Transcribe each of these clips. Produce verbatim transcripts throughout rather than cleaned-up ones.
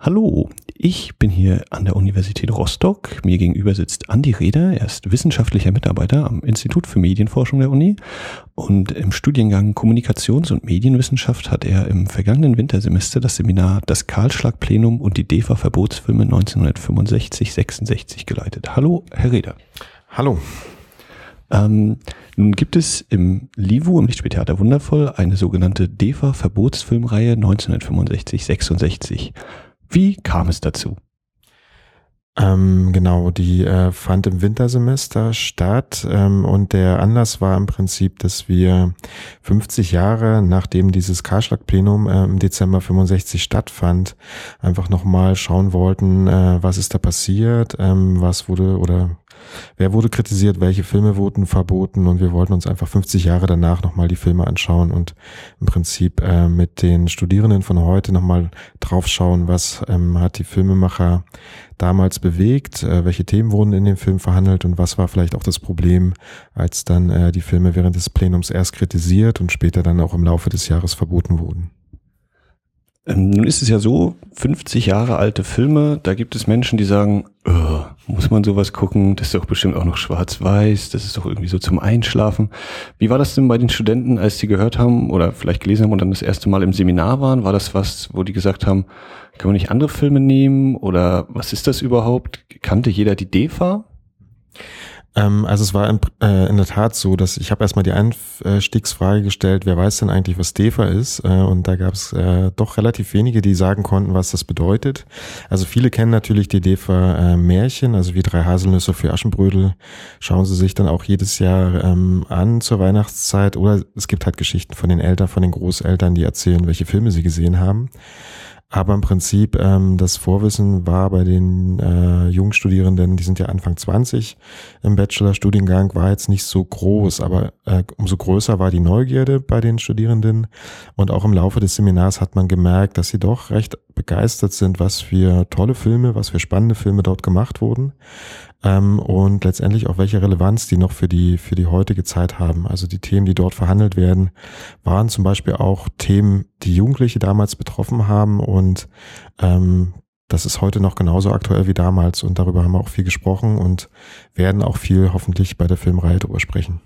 Hallo, ich bin hier an der Universität Rostock. Mir gegenüber sitzt Andi Reder. Er ist wissenschaftlicher Mitarbeiter am Institut für Medienforschung der Uni und im Studiengang Kommunikations- und Medienwissenschaft hat er im vergangenen Wintersemester das Seminar Das Kahlschlag-Plenum und die D E F A-Verbotsfilme neunzehnhundertfünfundsechzig sechsundsechzig geleitet. Hallo, Herr Reder. Hallo. Ähm, nun gibt es im LIVU, im Lichtspieltheater Wundervoll, eine sogenannte D E F A-Verbotsfilmreihe neunzehnhundertfünfundsechzig sechsundsechzig. Wie kam es dazu? Ähm, genau, die äh, fand im Wintersemester statt ähm, und der Anlass war im Prinzip, dass wir fünfzig Jahre nachdem dieses Kahlschlag-Plenum äh, im Dezember fünfundsechzig stattfand, einfach nochmal schauen wollten, äh, was ist da passiert, ähm, was wurde oder wer wurde kritisiert, welche Filme wurden verboten und wir wollten uns einfach fünfzig Jahre danach nochmal die Filme anschauen und im Prinzip äh, mit den Studierenden von heute nochmal draufschauen, was ähm, hat die Filmemacher damals bewegt, äh, welche Themen wurden in dem Film verhandelt und was war vielleicht auch das Problem, als dann äh, die Filme während des Plenums erst kritisiert und später dann auch im Laufe des Jahres verboten wurden. Ähm, nun ist es ja so, fünfzig Jahre alte Filme, da gibt es Menschen, die sagen, oh, muss man sowas gucken, das ist doch bestimmt auch noch schwarz-weiß, das ist doch irgendwie so zum Einschlafen. Wie war das denn bei den Studenten, als die gehört haben oder vielleicht gelesen haben und dann das erste Mal im Seminar waren? War das was, wo die gesagt haben, können wir nicht andere Filme nehmen oder was ist das überhaupt? Kannte jeder die D E F A? Also es war in, äh, in der Tat so, dass ich habe erstmal die Einstiegsfrage gestellt, wer weiß denn eigentlich, was D E F A ist? Äh, und da gab es äh, doch relativ wenige, die sagen konnten, was das bedeutet. Also viele kennen natürlich die D E F A-Märchen, also wie drei Haselnüsse für Aschenbrödel, schauen sie sich dann auch jedes Jahr ähm, an zur Weihnachtszeit. Oder es gibt halt Geschichten von den Eltern, von den Großeltern, die erzählen, welche Filme sie gesehen haben. Aber im Prinzip ähm, das Vorwissen war bei den äh, Jungstudierenden, die sind ja Anfang zwanzig im Bachelorstudiengang, war jetzt nicht so groß, aber äh, umso größer war die Neugierde bei den Studierenden und auch im Laufe des Seminars hat man gemerkt, dass sie doch recht begeistert sind, was für tolle Filme, was für spannende Filme dort gemacht wurden. Ähm, und letztendlich auch welche Relevanz die noch für die für die heutige Zeit haben. Also die Themen, die dort verhandelt werden, waren zum Beispiel auch Themen, die Jugendliche damals betroffen haben und ähm, das ist heute noch genauso aktuell wie damals und darüber haben wir auch viel gesprochen und werden auch viel hoffentlich bei der Filmreihe drüber sprechen.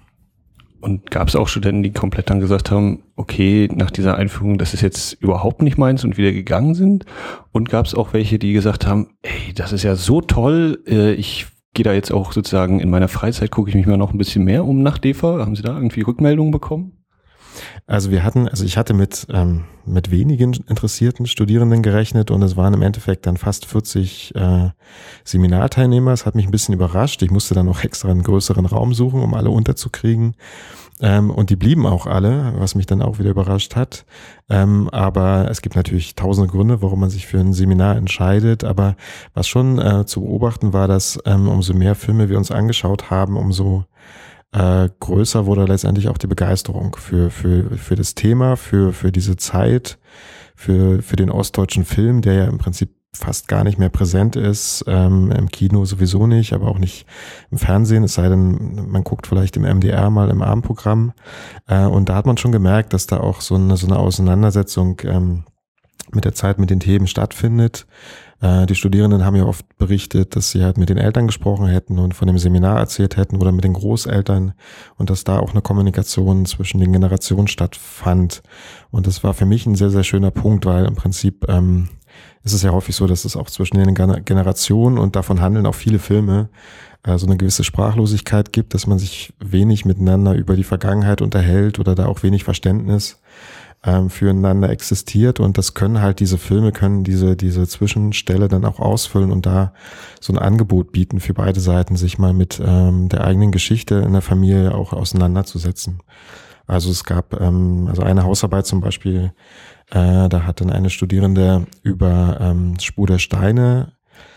Und gab es auch Studenten, die komplett dann gesagt haben, okay, nach dieser Einführung, das ist jetzt überhaupt nicht meins und wieder gegangen sind? Und gab es auch welche, die gesagt haben, ey, das ist ja so toll, ich gehe da jetzt auch sozusagen in meiner Freizeit, gucke ich mich mal noch ein bisschen mehr um nach D E F A. Haben Sie da irgendwie Rückmeldungen bekommen? Also wir hatten, also ich hatte mit ähm, mit wenigen interessierten Studierenden gerechnet und es waren im Endeffekt dann fast vierzig äh, Seminarteilnehmer. Es hat mich ein bisschen überrascht. Ich musste dann auch extra einen größeren Raum suchen, um alle unterzukriegen. Ähm, und die blieben auch alle, was mich dann auch wieder überrascht hat. Ähm, aber es gibt natürlich tausende Gründe, warum man sich für ein Seminar entscheidet. Aber was schon äh, zu beobachten war, dass ähm, umso mehr Filme wir uns angeschaut haben, umso äh, größer wurde letztendlich auch die Begeisterung für für für das Thema, für für diese Zeit, für für den ostdeutschen Film, der ja im Prinzip fast gar nicht mehr präsent ist, ähm, im Kino sowieso nicht, aber auch nicht im Fernsehen, es sei denn, man guckt vielleicht im M D R mal im Abendprogramm. Äh, und da hat man schon gemerkt, dass da auch so eine, so eine Auseinandersetzung ähm, mit der Zeit, mit den Themen stattfindet. Äh, die Studierenden haben ja oft berichtet, dass sie halt mit den Eltern gesprochen hätten und von dem Seminar erzählt hätten oder mit den Großeltern und dass da auch eine Kommunikation zwischen den Generationen stattfand. Und das war für mich ein sehr, sehr schöner Punkt, weil im Prinzip ähm, ist es ja häufig so, dass es auch zwischen den Generationen und davon handeln auch viele Filme äh, so eine gewisse Sprachlosigkeit gibt, dass man sich wenig miteinander über die Vergangenheit unterhält oder da auch wenig Verständnis ähm, füreinander existiert und das können halt diese Filme, können diese diese Zwischenstelle dann auch ausfüllen und da so ein Angebot bieten für beide Seiten, sich mal mit ähm, der eigenen Geschichte in der Familie auch auseinanderzusetzen. Also es gab ähm, also eine Hausarbeit zum Beispiel, äh, da hat dann eine Studierende über ähm, Spur der Steine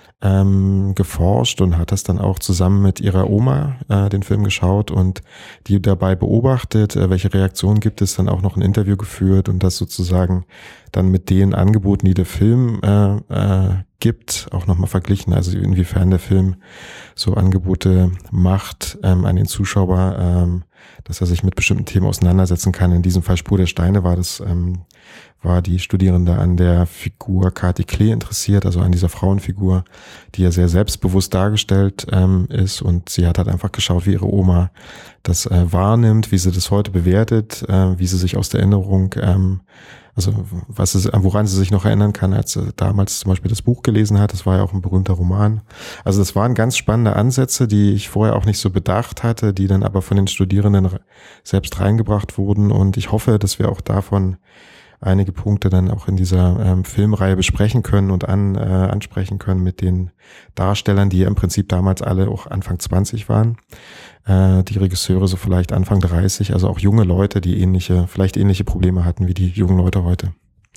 ähm, geforscht und hat das dann auch zusammen mit ihrer Oma äh, den Film geschaut und die dabei beobachtet, äh, welche Reaktionen gibt es, dann auch noch ein Interview geführt und das sozusagen dann mit den Angeboten, die der Film äh, äh, gibt, auch nochmal verglichen, also inwiefern der Film so Angebote macht ähm, an den Zuschauer, ähm, dass er sich mit bestimmten Themen auseinandersetzen kann. In diesem Fall Spur der Steine war das, ähm, war die Studierende an der Figur Kati Klee interessiert, also an dieser Frauenfigur, die ja sehr selbstbewusst dargestellt ähm, ist, und sie hat halt einfach geschaut, wie ihre Oma das äh, wahrnimmt, wie sie das heute bewertet, äh, wie sie sich aus der Erinnerung, ähm, also was sie, woran sie sich noch erinnern kann, als sie damals zum Beispiel das Buch gelesen hat. Das war ja auch ein berühmter Roman. Also das waren ganz spannende Ansätze, die ich vorher auch nicht so bedacht hatte, die dann aber von den Studierenden selbst reingebracht wurden, und ich hoffe, dass wir auch davon einige Punkte dann auch in dieser ähm, Filmreihe besprechen können und an, äh, ansprechen können mit den Darstellern, die ja im Prinzip damals alle auch Anfang zwanzig waren. Äh, die Regisseure so vielleicht Anfang dreißig, also auch junge Leute, die ähnliche, vielleicht ähnliche Probleme hatten wie die jungen Leute heute.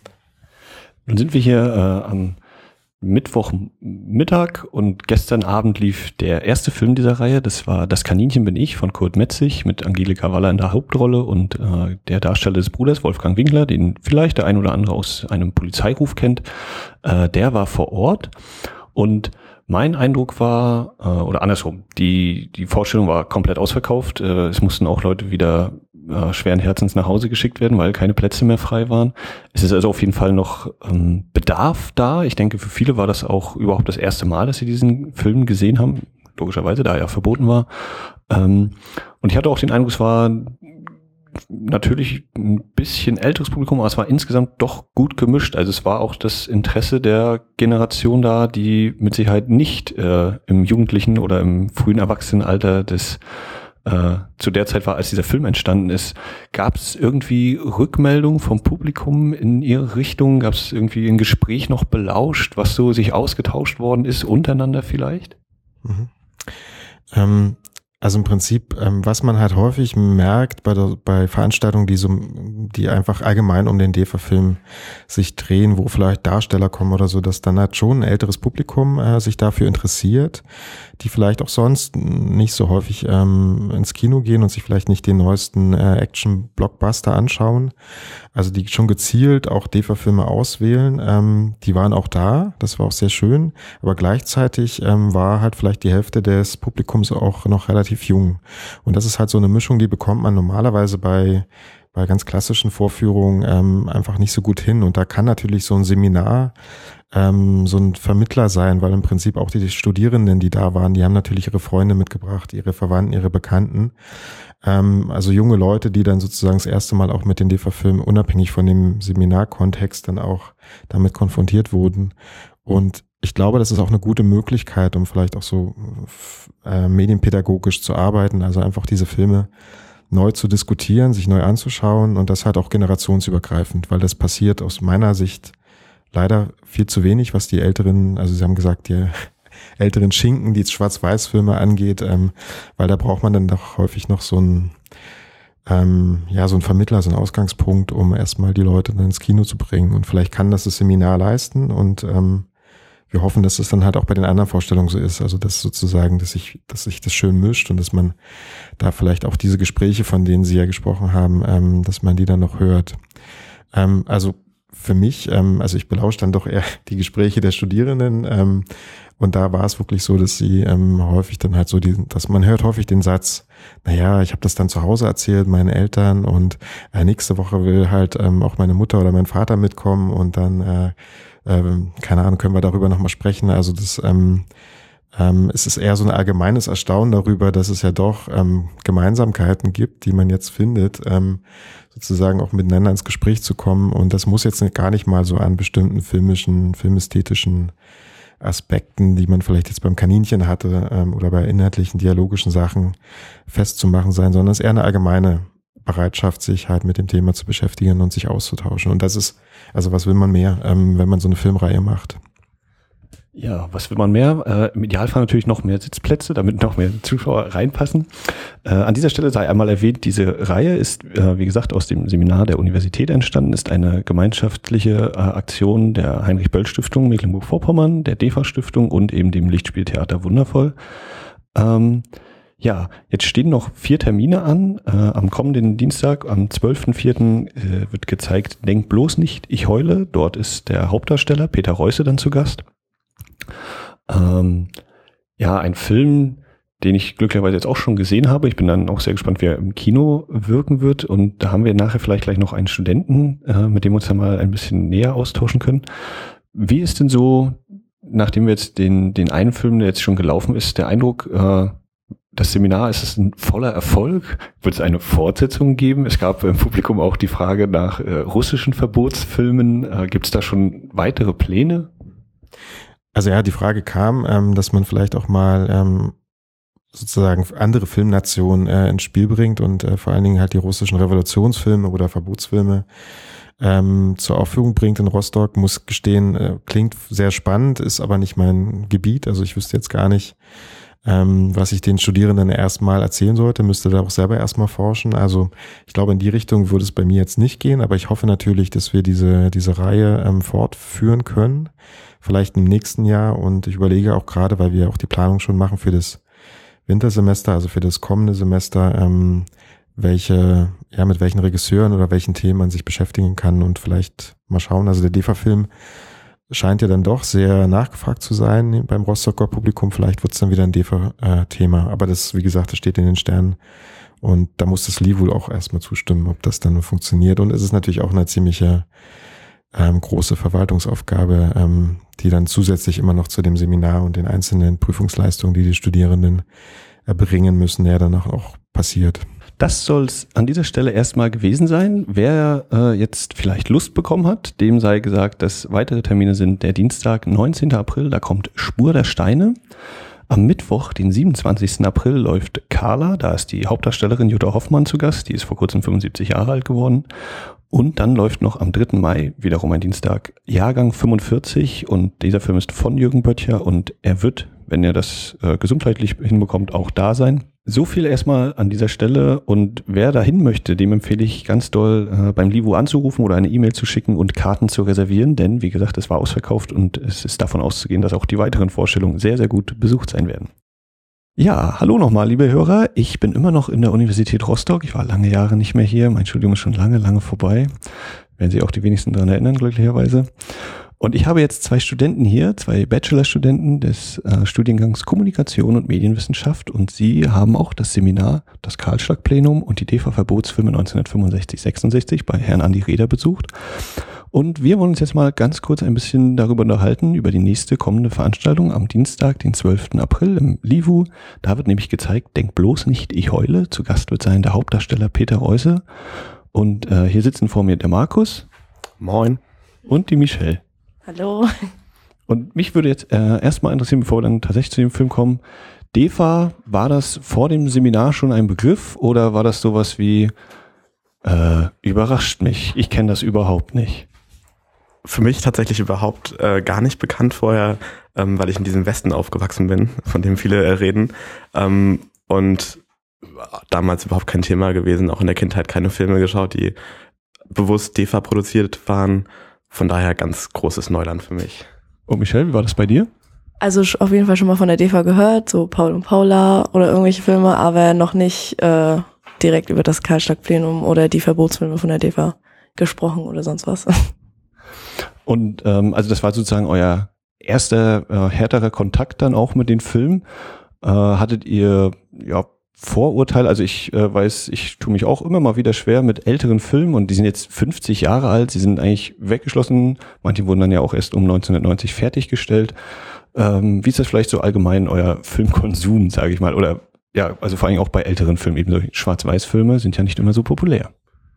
Nun sind wir hier äh, am Mittwochmittag und gestern Abend lief der erste Film dieser Reihe. Das war Das Kaninchen bin ich von Kurt Metzig mit Angelika Waller in der Hauptrolle und äh, der Darsteller des Bruders, Wolfgang Winkler, den vielleicht der ein oder andere aus einem Polizeiruf kennt. Äh, der war vor Ort, und mein Eindruck war, äh, oder andersrum, die die Vorstellung war komplett ausverkauft. Äh, es mussten auch Leute wieder äh, schweren Herzens nach Hause geschickt werden, weil keine Plätze mehr frei waren. Es ist also auf jeden Fall noch ähm, Bedarf da. Ich denke, für viele war das auch überhaupt das erste Mal, dass sie diesen Film gesehen haben. Logischerweise, da er verboten war. Ähm, und ich hatte auch den Eindruck, es war natürlich ein bisschen älteres Publikum, aber es war insgesamt doch gut gemischt. Also es war auch das Interesse der Generation da, die mit Sicherheit nicht äh, im jugendlichen oder im frühen Erwachsenenalter des äh, zu der Zeit war, als dieser Film entstanden ist. Gab es irgendwie Rückmeldungen vom Publikum in ihre Richtung? Gab es irgendwie ein Gespräch noch belauscht, was so sich ausgetauscht worden ist untereinander vielleicht? Mhm. Ähm Also im Prinzip, ähm, was man halt häufig merkt bei der, bei Veranstaltungen, die so, die einfach allgemein um den D E F A-Film sich drehen, wo vielleicht Darsteller kommen oder so, dass dann halt schon ein älteres Publikum äh, sich dafür interessiert, die vielleicht auch sonst nicht so häufig ähm, ins Kino gehen und sich vielleicht nicht den neuesten äh, Action-Blockbuster anschauen. Also die schon gezielt auch D E F A-Filme auswählen. Ähm, die waren auch da, das war auch sehr schön, aber gleichzeitig ähm, war halt vielleicht die Hälfte des Publikums auch noch relativ jung. Und das ist halt so eine Mischung, die bekommt man normalerweise bei bei ganz klassischen Vorführungen ähm, einfach nicht so gut hin. Und da kann natürlich so ein Seminar ähm, so ein Vermittler sein, weil im Prinzip auch die Studierenden, die da waren, die haben natürlich ihre Freunde mitgebracht, ihre Verwandten, ihre Bekannten. Ähm, also junge Leute, die dann sozusagen das erste Mal auch mit den D E F A-Filmen unabhängig von dem Seminarkontext dann auch damit konfrontiert wurden. Und ich glaube, das ist auch eine gute Möglichkeit, um vielleicht auch so äh, medienpädagogisch zu arbeiten, also einfach diese Filme neu zu diskutieren, sich neu anzuschauen, und das halt auch generationsübergreifend, weil das passiert aus meiner Sicht leider viel zu wenig, was die älteren, also Sie haben gesagt, die älteren Schinken, die Schwarz-Weiß-Filme angeht, ähm, weil da braucht man dann doch häufig noch so ein ähm, ja, so ein Vermittler, so ein Ausgangspunkt, um erstmal die Leute dann ins Kino zu bringen, und vielleicht kann das das Seminar leisten, und ähm, wir hoffen, dass es dann halt auch bei den anderen Vorstellungen so ist, also dass sozusagen, dass sich, dass sich das schön mischt und dass man da vielleicht auch diese Gespräche, von denen Sie ja gesprochen haben, ähm, dass man die dann noch hört. Ähm, also für mich, ähm, also ich belausche dann doch eher die Gespräche der Studierenden, ähm, und da war es wirklich so, dass sie ähm, häufig dann halt so, die, dass man hört häufig den Satz, naja, ich habe das dann zu Hause erzählt, meinen Eltern, und äh, nächste Woche will halt ähm, auch meine Mutter oder mein Vater mitkommen, und dann äh, Ähm, keine Ahnung, können wir darüber nochmal sprechen. Also das ähm, ähm, es ist eher so ein allgemeines Erstaunen darüber, dass es ja doch ähm, Gemeinsamkeiten gibt, die man jetzt findet, ähm, sozusagen auch miteinander ins Gespräch zu kommen. Und das muss jetzt gar nicht mal so an bestimmten filmischen, filmästhetischen Aspekten, die man vielleicht jetzt beim Kaninchen hatte, ähm, oder bei inhaltlichen, dialogischen Sachen festzumachen sein, sondern es ist eher eine allgemeine Bereitschaft, sich halt mit dem Thema zu beschäftigen und sich auszutauschen. Und das ist, also was will man mehr, ähm, wenn man so eine Filmreihe macht? Ja, was will man mehr? Äh, im Idealfall natürlich noch mehr Sitzplätze, damit noch mehr Zuschauer reinpassen. Äh, an dieser Stelle sei einmal erwähnt, diese Reihe ist, äh, wie gesagt, aus dem Seminar der Universität entstanden, ist eine gemeinschaftliche äh, Aktion der Heinrich-Böll-Stiftung Mecklenburg-Vorpommern, der D E F A-Stiftung und eben dem Lichtspieltheater Wundervoll. Ähm, Ja, jetzt stehen noch vier Termine an. Äh, am kommenden Dienstag, am zwölften vierten äh, wird gezeigt Denk bloß nicht, ich heule. Dort ist der Hauptdarsteller Peter Reusse dann zu Gast. Ähm, ja, ein Film, den ich glücklicherweise jetzt auch schon gesehen habe. Ich bin dann auch sehr gespannt, wie er im Kino wirken wird. Und da haben wir nachher vielleicht gleich noch einen Studenten, äh, mit dem wir uns dann mal ein bisschen näher austauschen können. Wie ist denn so, nachdem wir jetzt den, den einen Film, der jetzt schon gelaufen ist, der Eindruck, äh, das Seminar, ist es ein voller Erfolg? Wird es eine Fortsetzung geben? Es gab im Publikum auch die Frage nach äh, russischen Verbotsfilmen. Äh, Gibt es da schon weitere Pläne? Also ja, die Frage kam, ähm, dass man vielleicht auch mal ähm, sozusagen andere Filmnationen äh, ins Spiel bringt und äh, vor allen Dingen halt die russischen Revolutionsfilme oder Verbotsfilme ähm, zur Aufführung bringt in Rostock. Muss gestehen, äh, klingt sehr spannend, ist aber nicht mein Gebiet. Also ich wüsste jetzt gar nicht, ähm, was ich den Studierenden erstmal erzählen sollte, müsste da auch selber erstmal forschen. Also ich glaube, in die Richtung würde es bei mir jetzt nicht gehen, aber ich hoffe natürlich, dass wir diese diese Reihe ähm, fortführen können, vielleicht im nächsten Jahr. Und ich überlege auch gerade, weil wir auch die Planung schon machen für das Wintersemester, also für das kommende Semester, ähm, welche, ja, mit welchen Regisseuren oder welchen Themen man sich beschäftigen kann und vielleicht mal schauen. Also der D E F A-Film scheint ja dann doch sehr nachgefragt zu sein beim Rostocker Publikum. Vielleicht wird es dann wieder ein D E F A-Thema. Aber das, wie gesagt, das steht in den Sternen. Und da muss das L I W wohl auch erstmal zustimmen, ob das dann funktioniert. Und es ist natürlich auch eine ziemliche ähm, große Verwaltungsaufgabe, ähm, die dann zusätzlich immer noch zu dem Seminar und den einzelnen Prüfungsleistungen, die die Studierenden erbringen müssen, ja dann auch passiert. Das soll es an dieser Stelle erstmal gewesen sein. Wer äh, jetzt vielleicht Lust bekommen hat, dem sei gesagt, dass weitere Termine sind der Dienstag, neunzehnten April, da kommt Spur der Steine. Am Mittwoch, den siebenundzwanzigsten April, läuft Carla, da ist die Hauptdarstellerin Jutta Hoffmann zu Gast, die ist vor kurzem fünfundsiebzig Jahre alt geworden. Und dann läuft noch am dritten Mai, wiederum ein Dienstag, Jahrgang fünfundvierzig, und dieser Film ist von Jürgen Böttcher und er wird, wenn er das äh, gesundheitlich hinbekommt, auch da sein. So viel erstmal an dieser Stelle, und wer dahin möchte, dem empfehle ich ganz doll äh, beim L I W O anzurufen oder eine E-Mail zu schicken und Karten zu reservieren, denn wie gesagt, es war ausverkauft und es ist davon auszugehen, dass auch die weiteren Vorstellungen sehr, sehr gut besucht sein werden. Ja, hallo nochmal, liebe Hörer. Ich bin immer noch in der Universität Rostock. Ich war lange Jahre nicht mehr hier. Mein Studium ist schon lange, lange vorbei. Werden sich auch die wenigsten daran erinnern, glücklicherweise. Und ich habe jetzt zwei Studenten hier, zwei Bachelorstudenten des äh, Studiengangs Kommunikation und Medienwissenschaft. Und sie haben auch das Seminar, das Karlschlag-Plenum und die D E F A-Verbotsfilme neunzehnhundertfünfundsechzig sechsundsechzig bei Herrn Andi Reder besucht. Und wir wollen uns jetzt mal ganz kurz ein bisschen darüber unterhalten, über die nächste kommende Veranstaltung am Dienstag, den zwölften April im L I W U. Da wird nämlich gezeigt, denk bloß nicht, ich heule. Zu Gast wird sein der Hauptdarsteller Peter Reuse. Und äh, hier sitzen vor mir der Markus. Moin. Und die Michelle. Hallo. Und mich würde jetzt äh, erstmal interessieren, bevor wir dann tatsächlich zu dem Film kommen, D E F A, war das vor dem Seminar schon ein Begriff oder war das sowas wie, äh, überrascht mich, ich kenne das überhaupt nicht? Für mich tatsächlich überhaupt äh, gar nicht bekannt vorher, ähm, weil ich in diesem Westen aufgewachsen bin, von dem viele äh, reden. Ähm, und damals überhaupt kein Thema gewesen, auch in der Kindheit keine Filme geschaut, die bewusst D E F A produziert waren. Von daher ganz großes Neuland für mich. Und Michelle, wie war das bei dir? Also auf jeden Fall schon mal von der D E F A gehört, so Paul und Paula oder irgendwelche Filme, aber noch nicht äh, direkt über das Karlschlag-Plenum oder die Verbotsfilme von der D E F A gesprochen oder sonst was. Und ähm, also das war sozusagen euer erster äh, härterer Kontakt dann auch mit den Filmen. Äh, hattet ihr ja Vorurteile? Also ich äh, weiß, ich tue mich auch immer mal wieder schwer mit älteren Filmen, und die sind jetzt fünfzig Jahre alt, sie sind eigentlich weggeschlossen. Manche wurden dann ja auch erst um neunzehnhundertneunzig fertiggestellt. Ähm, wie ist das vielleicht so allgemein euer Filmkonsum, sage ich mal? Oder ja, also vor allem auch bei älteren Filmen, eben so Schwarz-Weiß-Filme sind ja nicht immer so populär.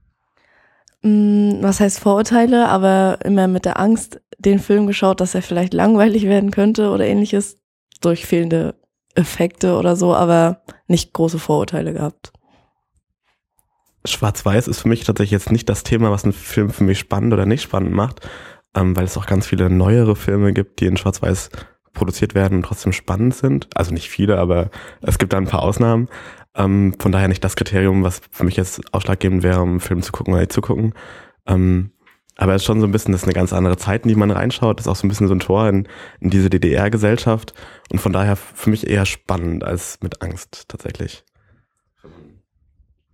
Was heißt Vorurteile, aber immer mit der Angst den Film geschaut, dass er vielleicht langweilig werden könnte oder ähnliches, durch fehlende Effekte oder so, aber nicht große Vorurteile gehabt. Schwarz-Weiß ist für mich tatsächlich jetzt nicht das Thema, was einen Film für mich spannend oder nicht spannend macht, ähm, weil es auch ganz viele neuere Filme gibt, die in Schwarz-Weiß produziert werden und trotzdem spannend sind. Also nicht viele, aber es gibt da ein paar Ausnahmen. Ähm, von daher nicht das Kriterium, was für mich jetzt ausschlaggebend wäre, um einen Film zu gucken oder nicht zu gucken. Ähm, aber es ist schon so ein bisschen, das ist eine ganz andere Zeit, in die man reinschaut. Das ist auch so ein bisschen so ein Tor in, in diese D D R-Gesellschaft. Und von daher für mich eher spannend als mit Angst tatsächlich.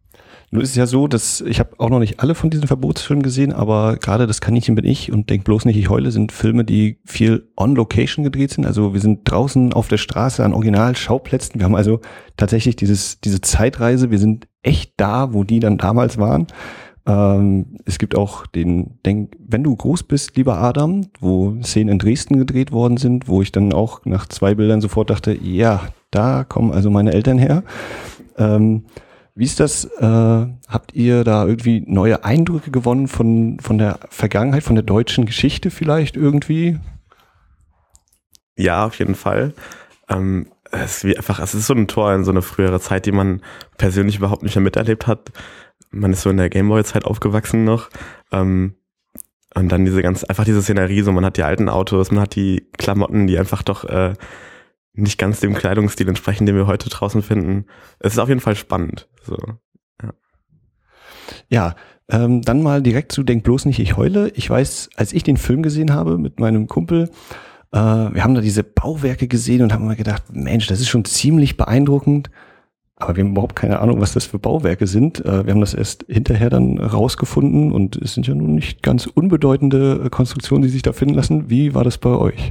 Nun ist es ja so, dass ich habe auch noch nicht alle von diesen Verbotsfilmen gesehen, aber gerade Das Kaninchen bin ich und Denk bloß nicht, ich heule sind Filme, die viel on Location gedreht sind. Also wir sind draußen auf der Straße an Originalschauplätzen. Wir haben also tatsächlich dieses diese Zeitreise. Wir sind echt da, wo die dann damals waren. Ähm, es gibt auch den Denk, wenn du groß bist, lieber Adam, wo Szenen in Dresden gedreht worden sind, wo ich dann auch nach zwei Bildern sofort dachte, ja, da kommen also meine Eltern her. Ähm, Wie ist das? Äh, habt ihr da irgendwie neue Eindrücke gewonnen von von der Vergangenheit, von der deutschen Geschichte vielleicht irgendwie? Ja, auf jeden Fall. Ähm, es ist wie einfach, es ist so ein Tor in so eine frühere Zeit, die man persönlich überhaupt nicht mehr miterlebt hat. Man ist so in der Gameboy-Zeit aufgewachsen noch. Ähm, und dann diese ganz, einfach diese Szenerie, so man hat die alten Autos, man hat die Klamotten, die einfach doch äh, nicht ganz dem Kleidungsstil entsprechen, den wir heute draußen finden. Es ist auf jeden Fall spannend. So, ja, Ja, ähm, dann mal direkt zu Denk bloß nicht, ich heule. Ich weiß, als ich den Film gesehen habe mit meinem Kumpel, äh, wir haben da diese Bauwerke gesehen und haben mal gedacht, Mensch, das ist schon ziemlich beeindruckend. Aber wir haben überhaupt keine Ahnung, was das für Bauwerke sind. Äh, wir haben das erst hinterher dann rausgefunden und es sind ja nun nicht ganz unbedeutende äh, Konstruktionen, die sich da finden lassen. Wie war das bei euch?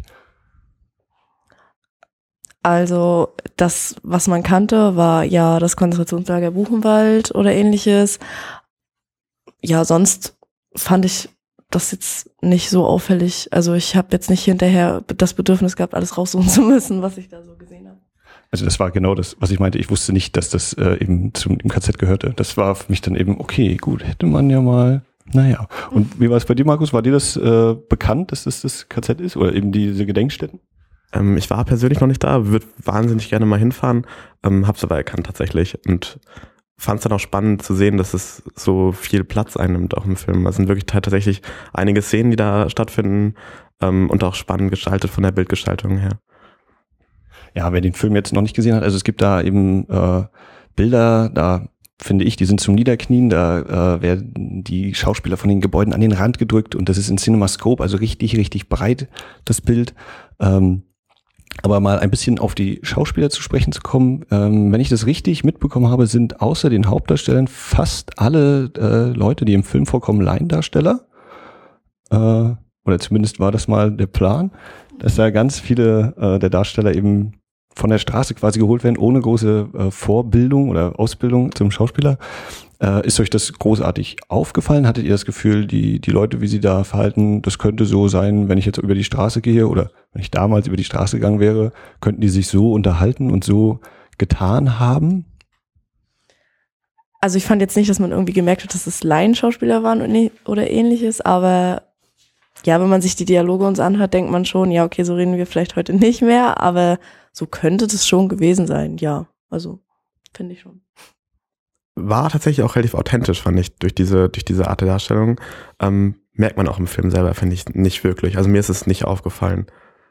Also das, was man kannte, war ja das Konzentrationslager Buchenwald oder ähnliches. Ja, sonst fand ich das jetzt nicht so auffällig. Also ich habe jetzt nicht hinterher das Bedürfnis gehabt, alles raussuchen zu müssen, was ich da so gesehen habe. Also das war genau das, was ich meinte. Ich wusste nicht, dass das äh, eben zum dem K Z gehörte. Das war für mich dann eben, okay, gut, hätte man ja mal, naja. Und wie war es bei dir, Markus? War dir das äh, bekannt, dass das das K Z ist oder eben diese Gedenkstätten? Ähm, ich war persönlich noch nicht da, würde wahnsinnig gerne mal hinfahren, ähm, hab's aber erkannt tatsächlich und fand es dann auch spannend zu sehen, dass es so viel Platz einnimmt auch im Film. Es sind wirklich tatsächlich einige Szenen, die da stattfinden ähm, und auch spannend gestaltet von der Bildgestaltung her. Ja, wer den Film jetzt noch nicht gesehen hat, also es gibt da eben äh, Bilder, da finde ich, die sind zum Niederknien, da äh, werden die Schauspieler von den Gebäuden an den Rand gedrückt und das ist in CinemaScope, also richtig, richtig breit, das Bild. Ähm, aber mal ein bisschen auf die Schauspieler zu sprechen zu kommen, ähm, wenn ich das richtig mitbekommen habe, sind außer den Hauptdarstellern fast alle äh, Leute, die im Film vorkommen, Laiendarsteller. Äh, oder zumindest war das mal der Plan, dass da ganz viele äh, der Darsteller eben von der Straße quasi geholt werden, ohne große äh, Vorbildung oder Ausbildung zum Schauspieler. Äh, ist euch das großartig aufgefallen? Hattet ihr das Gefühl, die die Leute, wie sie da verhalten, das könnte so sein, wenn ich jetzt über die Straße gehe oder wenn ich damals über die Straße gegangen wäre, könnten die sich so unterhalten und so getan haben? Also ich fand jetzt nicht, dass man irgendwie gemerkt hat, dass es Laienschauspieler waren oder ähnliches, aber ja, wenn man sich die Dialoge uns anhört, denkt man schon, ja, okay, so reden wir vielleicht heute nicht mehr, aber so könnte das schon gewesen sein, ja. Also, finde ich schon. War tatsächlich auch relativ authentisch, fand ich, durch diese, durch diese Art der Darstellung. Ähm, merkt man auch im Film selber, finde ich, nicht wirklich. Also mir ist es nicht aufgefallen.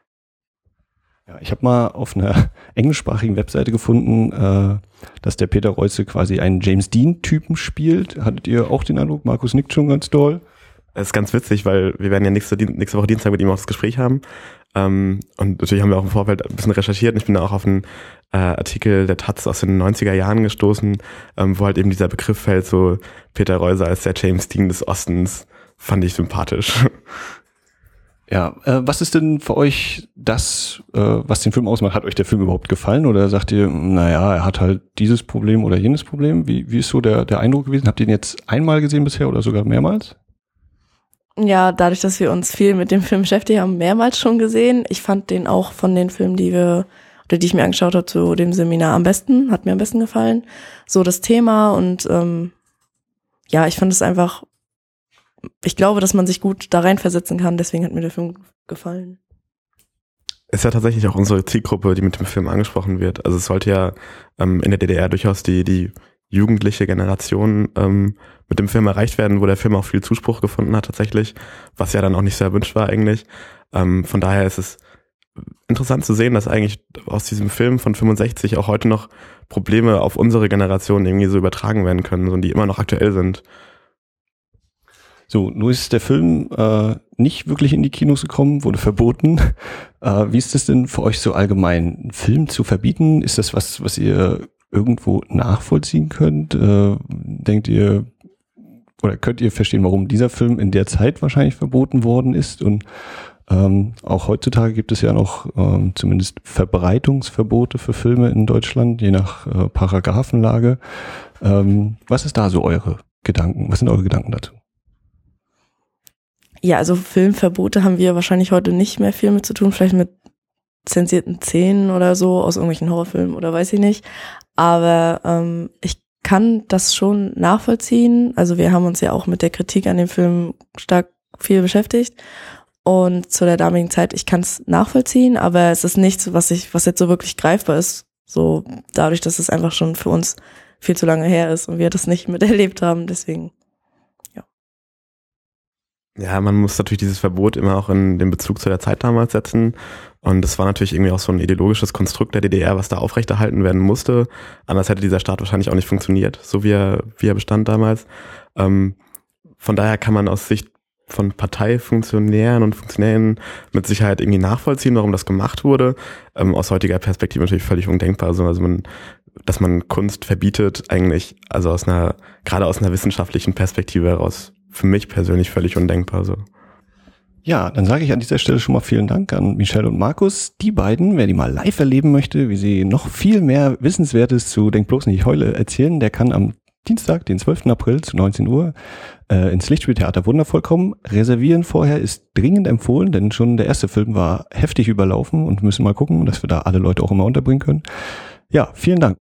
Ja, ich habe mal auf einer englischsprachigen Webseite gefunden, äh, dass der Peter Reusse quasi einen James Dean-Typen spielt. Hattet ihr auch den Eindruck? Markus nickt schon ganz doll. Das ist ganz witzig, weil wir werden ja nächste, nächste Woche Dienstag mit ihm auch das Gespräch haben. Ähm, und natürlich haben wir auch im Vorfeld ein bisschen recherchiert. Und ich bin da auch auf einen äh, Artikel der Taz aus den neunziger Jahren gestoßen, ähm, wo halt eben dieser Begriff fällt, so Peter Reusse als der James Dean des Ostens, fand ich sympathisch. Ja, äh, was ist denn für euch das, äh, was den Film ausmacht? Hat euch der Film überhaupt gefallen oder sagt ihr, naja, er hat halt dieses Problem oder jenes Problem? Wie, wie ist so der, der Eindruck gewesen? Habt ihr ihn jetzt einmal gesehen bisher oder sogar mehrmals? Ja, dadurch, dass wir uns viel mit dem Film beschäftigt haben, mehrmals schon gesehen. Ich fand den auch von den Filmen, die wir oder die ich mir angeschaut habe zu dem Seminar am besten, hat mir am besten gefallen. So das Thema und ähm, ja, ich fand es einfach, ich glaube, dass man sich gut da reinversetzen kann, deswegen hat mir der Film gefallen. Ist ja tatsächlich auch unsere Zielgruppe, die mit dem Film angesprochen wird. Also es sollte ja ähm, in der D D R durchaus die die jugendliche Generation ähm, mit dem Film erreicht werden, wo der Film auch viel Zuspruch gefunden hat tatsächlich, was ja dann auch nicht so erwünscht war eigentlich. Ähm, von daher ist es interessant zu sehen, dass eigentlich aus diesem Film von fünfundsechzig auch heute noch Probleme auf unsere Generation irgendwie so übertragen werden können und die immer noch aktuell sind. So, nur ist der Film äh, nicht wirklich in die Kinos gekommen, wurde verboten. Äh, wie ist das denn für euch so allgemein? Einen Film zu verbieten, ist das was, was ihr irgendwo nachvollziehen könnt? Äh, denkt ihr, oder könnt ihr verstehen, warum dieser Film in der Zeit wahrscheinlich verboten worden ist? Und ähm, auch heutzutage gibt es ja noch ähm, zumindest Verbreitungsverbote für Filme in Deutschland, je nach äh, Paragraphenlage. Ähm, was ist da so eure Gedanken? Was sind eure Gedanken dazu? Ja, also Filmverbote haben wir wahrscheinlich heute nicht mehr viel mit zu tun, vielleicht mit zensierten Szenen oder so aus irgendwelchen Horrorfilmen oder weiß ich nicht. Aber ähm, ich kann das schon nachvollziehen. Also wir haben uns ja auch mit der Kritik an dem Film stark viel beschäftigt. Und zu der damaligen Zeit, ich kann es nachvollziehen, aber es ist nichts, was ich, was jetzt so wirklich greifbar ist. So dadurch, dass es einfach schon für uns viel zu lange her ist und wir das nicht miterlebt haben. Deswegen, ja. Ja, man muss natürlich dieses Verbot immer auch in den Bezug zu der Zeit damals setzen. Und das war natürlich irgendwie auch so ein ideologisches Konstrukt der D D R, was da aufrechterhalten werden musste. Anders hätte dieser Staat wahrscheinlich auch nicht funktioniert, so wie er, wie er bestand damals. Ähm, von daher kann man aus Sicht von Parteifunktionären und Funktionären mit Sicherheit irgendwie nachvollziehen, warum das gemacht wurde. Ähm, aus heutiger Perspektive natürlich völlig undenkbar. Also, also man, dass man Kunst verbietet, eigentlich, also aus einer, gerade aus einer wissenschaftlichen Perspektive heraus, für mich persönlich völlig undenkbar. So. Ja, dann sage ich an dieser Stelle schon mal vielen Dank an Michelle und Markus. Die beiden, wer die mal live erleben möchte, wie sie noch viel mehr Wissenswertes zu Denk bloß nicht Heule erzählen, der kann am Dienstag, den zwölften April zu neunzehn Uhr äh, ins Lichtspieltheater Wundervoll kommen. Reservieren vorher ist dringend empfohlen, denn schon der erste Film war heftig überlaufen und müssen mal gucken, dass wir da alle Leute auch immer unterbringen können. Ja, vielen Dank.